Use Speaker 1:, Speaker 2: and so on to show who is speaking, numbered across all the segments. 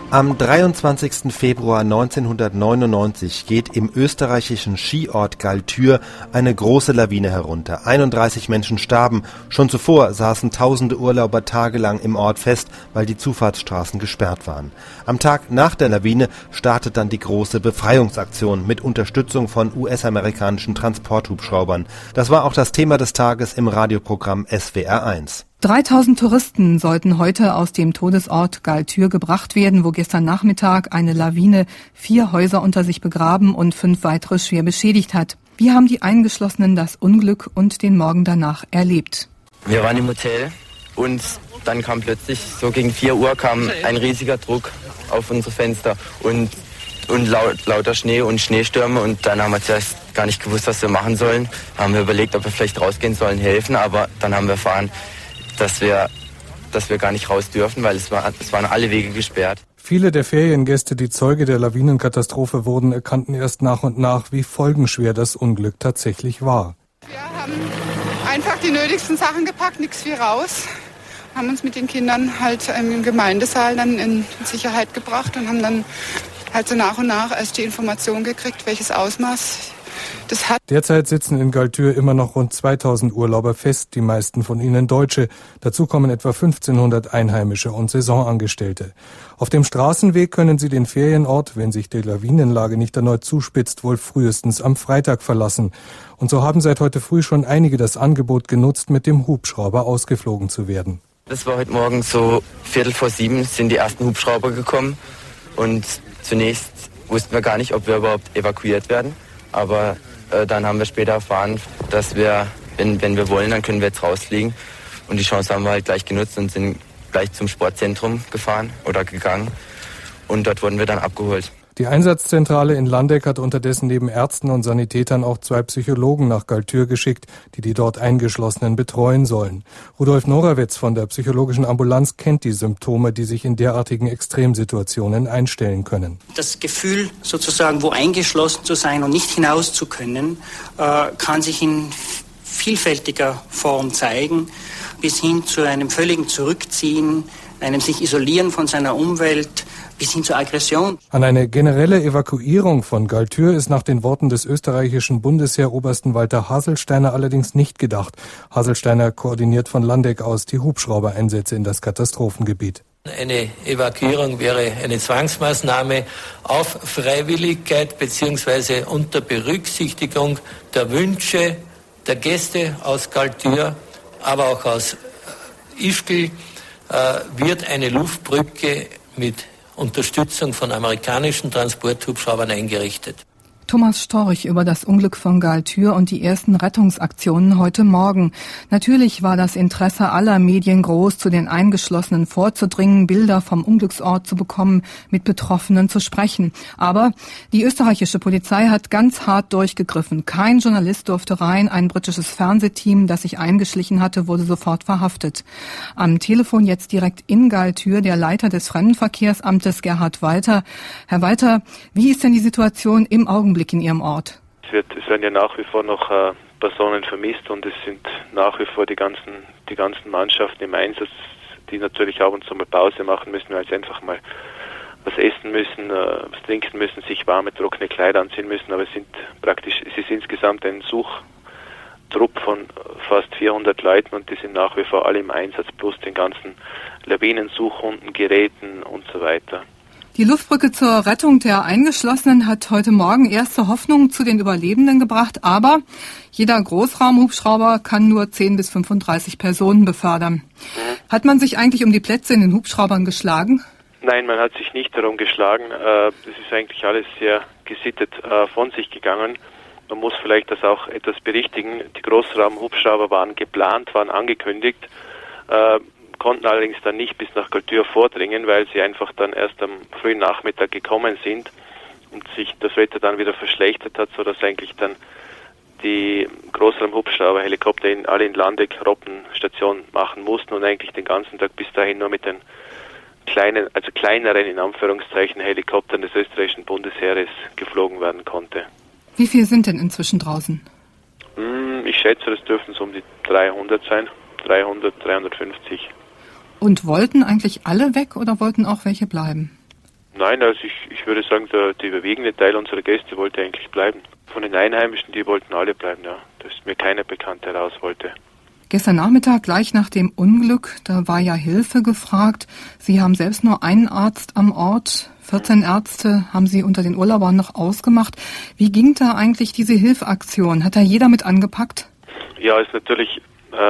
Speaker 1: Am 23. Februar 1999 geht im österreichischen Skiort Galtür eine große Lawine herunter. 31 Menschen starben. Schon zuvor saßen tausende Urlauber tagelang im Ort fest, weil die Zufahrtsstraßen gesperrt waren. Am Tag nach der Lawine startet dann die große Befreiungsaktion mit Unterstützung von US-amerikanischen Transporthubschraubern. Das war auch das Thema des Tages im Radioprogramm SWR 1.
Speaker 2: 3000 Touristen sollten heute aus dem Todesort Galtür gebracht werden, wo gestern Nachmittag eine Lawine 4 Häuser unter sich begraben und 5 weitere schwer beschädigt hat. Wie haben die Eingeschlossenen das Unglück und den Morgen danach erlebt?
Speaker 3: Wir waren im Hotel und dann kam plötzlich, so gegen 4 Uhr, kam ein riesiger Druck auf unsere Fenster und lauter Schnee und Schneestürme, und dann haben wir zuerst gar nicht gewusst, was wir machen sollen. Haben wir überlegt, ob wir vielleicht rausgehen sollen, helfen, aber dann haben wir erfahren, dass wir gar nicht raus dürfen, weil es waren alle Wege gesperrt.
Speaker 4: Viele der Feriengäste, die Zeuge der Lawinenkatastrophe wurden, erkannten erst nach und nach, wie folgenschwer das Unglück tatsächlich war.
Speaker 5: Wir haben einfach die nötigsten Sachen gepackt, nichts viel raus. Haben uns mit den Kindern halt im Gemeindesaal dann in Sicherheit gebracht und haben dann halt so nach und nach erst die Information gekriegt, welches Ausmaß das hat.
Speaker 4: Derzeit sitzen in Galtür immer noch rund 2000 Urlauber fest, die meisten von ihnen Deutsche. Dazu kommen etwa 1500 Einheimische und Saisonangestellte. Auf dem Straßenweg können sie den Ferienort, wenn sich die Lawinenlage nicht erneut zuspitzt, wohl frühestens am Freitag verlassen. Und so haben seit heute früh schon einige das Angebot genutzt, mit dem Hubschrauber ausgeflogen zu werden.
Speaker 3: Das war heute Morgen so 6:45 sind die ersten Hubschrauber gekommen, und zunächst wussten wir gar nicht, ob wir überhaupt evakuiert werden. Aber dann haben wir später erfahren, dass wir, wenn wir wollen, dann können wir jetzt rausfliegen. Und die Chance haben wir halt gleich genutzt und sind gleich zum Sportzentrum gegangen. Und dort wurden wir dann abgeholt.
Speaker 4: Die Einsatzzentrale in Landeck hat unterdessen neben Ärzten und Sanitätern auch 2 Psychologen nach Galtür geschickt, die dort Eingeschlossenen betreuen sollen. Rudolf Norawetz von der psychologischen Ambulanz kennt die Symptome, die sich in derartigen Extremsituationen einstellen können.
Speaker 6: Das Gefühl, sozusagen wo eingeschlossen zu sein und nicht hinaus zu können, kann sich in vielfältiger Form zeigen, bis hin zu einem völligen Zurückziehen, einem sich isolieren von seiner Umwelt, bis hin zur Aggression.
Speaker 4: An eine generelle Evakuierung von Galtür ist nach den Worten des österreichischen Bundesheerobersten Walter Haselsteiner allerdings nicht gedacht. Haselsteiner koordiniert von Landeck aus die Hubschraubereinsätze in das Katastrophengebiet.
Speaker 7: Eine Evakuierung wäre eine Zwangsmaßnahme auf Freiwilligkeit bzw. unter Berücksichtigung der Wünsche der Gäste aus Galtür, aber auch aus Ischgl, wird eine Luftbrücke mit Unterstützung von amerikanischen Transporthubschraubern eingerichtet.
Speaker 2: Thomas Storch über das Unglück von Galtür und die ersten Rettungsaktionen heute Morgen. Natürlich war das Interesse aller Medien groß, zu den Eingeschlossenen vorzudringen, Bilder vom Unglücksort zu bekommen, mit Betroffenen zu sprechen. Aber die österreichische Polizei hat ganz hart durchgegriffen. Kein Journalist durfte rein. Ein britisches Fernsehteam, das sich eingeschlichen hatte, wurde sofort verhaftet. Am Telefon jetzt direkt in Galtür der Leiter des Fremdenverkehrsamtes, Gerhard Walter. Herr Walter, wie ist denn die Situation im Augenblick in Ihrem Ort?
Speaker 8: Es werden ja nach wie vor noch Personen vermisst, und es sind nach wie vor die ganzen Mannschaften im Einsatz, die natürlich ab und zu mal Pause machen müssen, weil sie einfach mal was essen müssen, was trinken müssen, sich warme, trockene Kleider anziehen müssen. Aber es ist insgesamt ein Suchtrupp von fast 400 Leuten, und die sind nach wie vor alle im Einsatz, plus den ganzen Lawinensuchhunden, Geräten und so weiter.
Speaker 2: Die Luftbrücke zur Rettung der Eingeschlossenen hat heute Morgen erste Hoffnung zu den Überlebenden gebracht, aber jeder Großraumhubschrauber kann nur 10 bis 35 Personen befördern. Hat man sich eigentlich um die Plätze in den Hubschraubern geschlagen?
Speaker 8: Nein, man hat sich nicht darum geschlagen. Das ist eigentlich alles sehr gesittet von sich gegangen. Man muss vielleicht das auch etwas berichtigen. Die Großraumhubschrauber waren geplant, waren angekündigt, konnten allerdings dann nicht bis nach Galtür vordringen, weil sie einfach dann erst am frühen Nachmittag gekommen sind und sich das Wetter dann wieder verschlechtert hat, sodass eigentlich dann die Großraumhubschrauber, Helikopter alle in Landeck Roppenstation machen mussten und eigentlich den ganzen Tag bis dahin nur mit den kleineren in Anführungszeichen Helikoptern des österreichischen Bundesheeres geflogen werden konnte.
Speaker 2: Wie viele sind denn inzwischen draußen?
Speaker 8: Ich schätze, das dürften so um die 300 sein, 350.
Speaker 2: Und wollten eigentlich alle weg oder wollten auch welche bleiben?
Speaker 8: Nein, also ich würde sagen, der überwiegende Teil unserer Gäste wollte eigentlich bleiben. Von den Einheimischen, die wollten alle bleiben, ja. Da ist mir keiner bekannt, der raus wollte.
Speaker 2: Gestern Nachmittag, gleich nach dem Unglück, da war ja Hilfe gefragt. Sie haben selbst nur einen Arzt am Ort. 14 Ärzte haben Sie unter den Urlaubern noch ausgemacht. Wie ging da eigentlich diese Hilfsaktion? Hat da jeder mit angepackt?
Speaker 8: Ja, ist natürlich,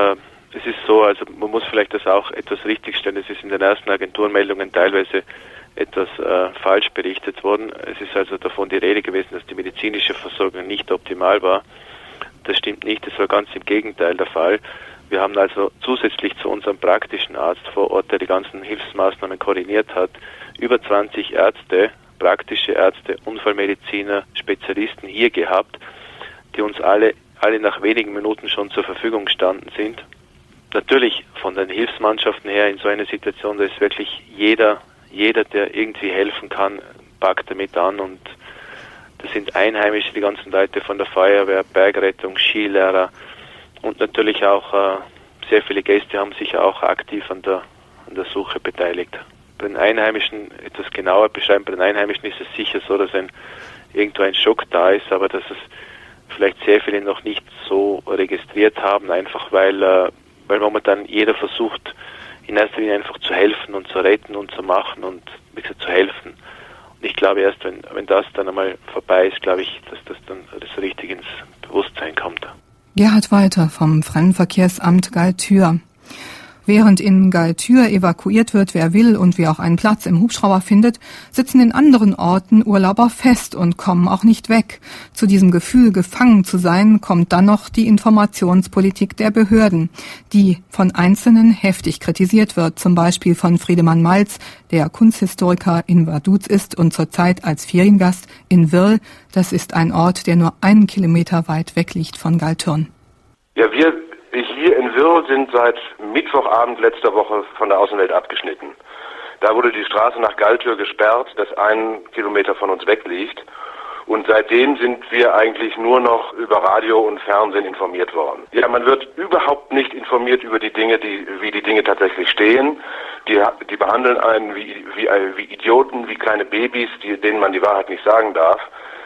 Speaker 8: es ist so, also man muss vielleicht das auch etwas richtigstellen. Es ist in den ersten Agenturmeldungen teilweise etwas falsch berichtet worden. Es ist also davon die Rede gewesen, dass die medizinische Versorgung nicht optimal war. Das stimmt nicht, das war ganz im Gegenteil der Fall. Wir haben also zusätzlich zu unserem praktischen Arzt vor Ort, der die ganzen Hilfsmaßnahmen koordiniert hat, über 20 Ärzte, praktische Ärzte, Unfallmediziner, Spezialisten hier gehabt, die uns alle nach wenigen Minuten schon zur Verfügung gestanden sind. Natürlich von den Hilfsmannschaften her in so einer Situation, da ist wirklich jeder, der irgendwie helfen kann, packt damit an, und das sind Einheimische, die ganzen Leute von der Feuerwehr, Bergrettung, Skilehrer und natürlich auch sehr viele Gäste haben sich auch aktiv an der Suche beteiligt. Bei den Einheimischen etwas genauer beschreiben, bei den Einheimischen ist es sicher so, dass irgendwo ein Schock da ist, aber dass es vielleicht sehr viele noch nicht so registriert haben, einfach weil momentan jeder versucht, in erster Linie einfach zu helfen und zu retten und zu machen und wie gesagt, zu helfen. Und ich glaube, erst wenn das dann einmal vorbei ist, glaube ich, dass das dann so richtig ins Bewusstsein kommt.
Speaker 2: Gerhard Walter vom Fremdenverkehrsamt Galtür. Während in Galtür evakuiert wird, wer will und wer auch einen Platz im Hubschrauber findet, sitzen in anderen Orten Urlauber fest und kommen auch nicht weg. Zu diesem Gefühl, gefangen zu sein, kommt dann noch die Informationspolitik der Behörden, die von Einzelnen heftig kritisiert wird, zum Beispiel von Friedemann Malz, der Kunsthistoriker in Vaduz ist und zurzeit als Feriengast in Wirl. Das ist ein Ort, der nur 1 Kilometer weit weg liegt von Galtürn.
Speaker 9: Ja, wir hier in Wirl sind seit Mittwochabend letzter Woche von der Außenwelt abgeschnitten. Da wurde die Straße nach Galtür gesperrt, das 1 Kilometer von uns weg liegt. Und seitdem sind wir eigentlich nur noch über Radio und Fernsehen informiert worden. Ja, man wird überhaupt nicht informiert über die Dinge, wie die Dinge tatsächlich stehen. Die behandeln einen wie Idioten, wie kleine Babys, denen man die Wahrheit nicht sagen darf.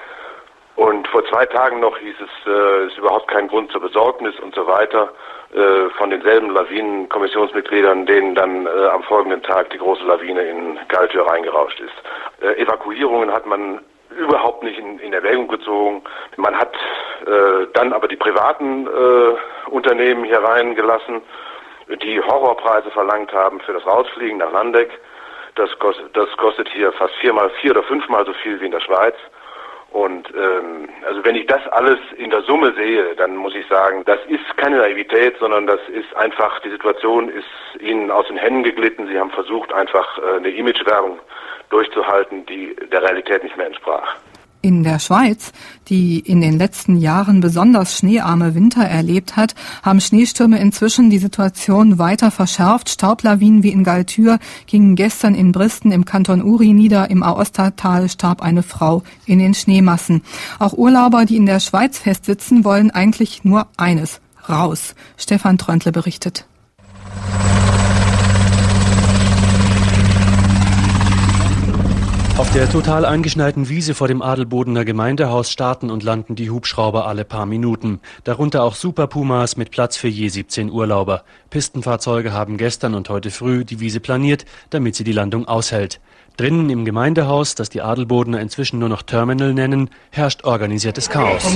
Speaker 9: Und vor 2 Tagen noch hieß es, ist überhaupt kein Grund zur Besorgnis und so weiter, von denselben Lawinenkommissionsmitgliedern, denen dann am folgenden Tag die große Lawine in Galtür reingerauscht ist. Evakuierungen hat man überhaupt nicht in Erwägung gezogen. Man hat dann aber die privaten Unternehmen hier reingelassen, die Horrorpreise verlangt haben für das Rausfliegen nach Landeck. Das kostet hier fast 4 oder 5-mal so viel wie in der Schweiz. Und also wenn ich das alles in der Summe sehe, dann muss ich sagen, das ist keine Naivität, sondern das ist einfach, die Situation ist ihnen aus den Händen geglitten. Sie haben versucht, einfach eine Imagewerbung durchzuhalten, die der Realität nicht mehr entsprach.
Speaker 2: In der Schweiz, die in den letzten Jahren besonders schneearme Winter erlebt hat, haben Schneestürme inzwischen die Situation weiter verschärft. Staublawinen wie in Galtür gingen gestern in Bristen im Kanton Uri nieder. Im Aostatal starb eine Frau in den Schneemassen. Auch Urlauber, die in der Schweiz festsitzen, wollen eigentlich nur eines: raus. Stefan Tröntle berichtet.
Speaker 10: Auf der total eingeschneiten Wiese vor dem Adelbodener Gemeindehaus starten und landen die Hubschrauber alle paar Minuten. Darunter auch Super Pumas mit Platz für je 17 Urlauber. Pistenfahrzeuge haben gestern und heute früh die Wiese planiert, damit sie die Landung aushält. Drinnen im Gemeindehaus, das die Adelbodener inzwischen nur noch Terminal nennen, herrscht organisiertes Chaos.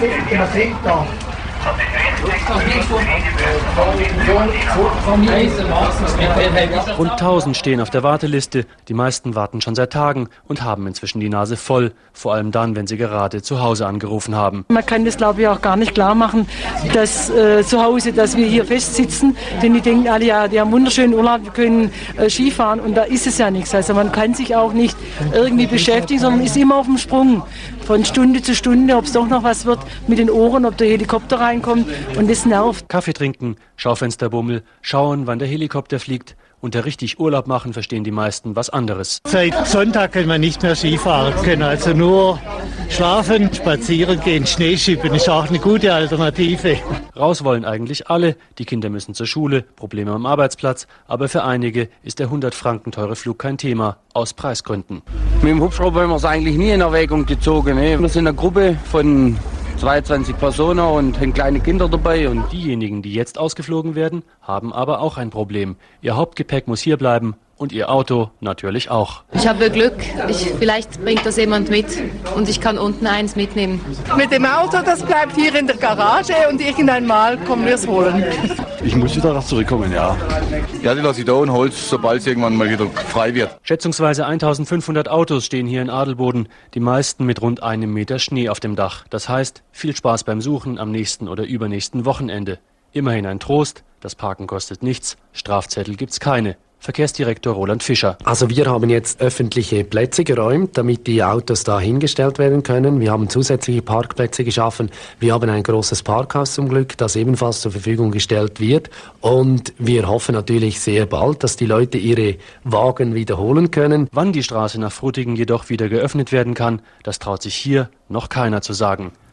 Speaker 10: Rund 1000 stehen auf der Warteliste. Die meisten warten schon seit Tagen und haben inzwischen die Nase voll. Vor allem dann, wenn sie gerade zu Hause angerufen haben.
Speaker 11: Man kann das, glaube ich, auch gar nicht klar machen, dass zu Hause, dass wir hier festsitzen. Denn die denken alle, ja, die haben wunderschönen Urlaub, wir können Skifahren. Und da ist es ja nichts. Also man kann sich auch nicht irgendwie beschäftigen, sondern ist immer auf dem Sprung. Von Stunde zu Stunde, ob es doch noch was wird mit den Ohren, ob der Helikopter reinkommt. Und das nervt.
Speaker 10: Kaffee trinken, Schaufensterbummel, schauen, wann der Helikopter fliegt Unter richtig Urlaub machen verstehen die meisten was anderes.
Speaker 12: Seit Sonntag können wir nicht mehr Skifahren, können also nur schlafen, spazieren gehen, Schneeschippen ist auch eine gute Alternative.
Speaker 10: Raus wollen eigentlich alle, die Kinder müssen zur Schule, Probleme am Arbeitsplatz, aber für einige ist der 100 Franken teure Flug kein Thema, aus Preisgründen.
Speaker 13: Mit dem Hubschrauber haben wir es eigentlich nie in Erwägung gezogen. Wir sind eine Gruppe von 22 Personen und haben kleine Kinder dabei.
Speaker 10: Und diejenigen, die jetzt ausgeflogen werden, haben aber auch ein Problem. Ihr Hauptgepäck muss hier bleiben und ihr Auto natürlich auch.
Speaker 14: Ich habe Glück, vielleicht bringt das jemand mit und ich kann unten eins mitnehmen.
Speaker 15: Mit dem Auto, das bleibt hier in der Garage und irgendwann mal kommen wir es holen.
Speaker 16: Ich muss wieder zurückkommen, ja. Ja, die lasse ich da und hole es, sobald es irgendwann mal wieder frei wird.
Speaker 10: Schätzungsweise 1500 Autos stehen hier in Adelboden, die meisten mit rund 1 Meter Schnee auf dem Dach. Das heißt, viel Spaß beim Suchen am nächsten oder übernächsten Wochenende. Immerhin ein Trost, das Parken kostet nichts, Strafzettel gibt's keine. Verkehrsdirektor Roland Fischer.
Speaker 17: Also wir haben jetzt öffentliche Plätze geräumt, damit die Autos da hingestellt werden können. Wir haben zusätzliche Parkplätze geschaffen. Wir haben ein großes Parkhaus zum Glück, das ebenfalls zur Verfügung gestellt wird. Und wir hoffen natürlich sehr bald, dass die Leute ihre Wagen wiederholen können.
Speaker 10: Wann die Straße nach Frutigen jedoch wieder geöffnet werden kann, das traut sich hier noch keiner zu sagen.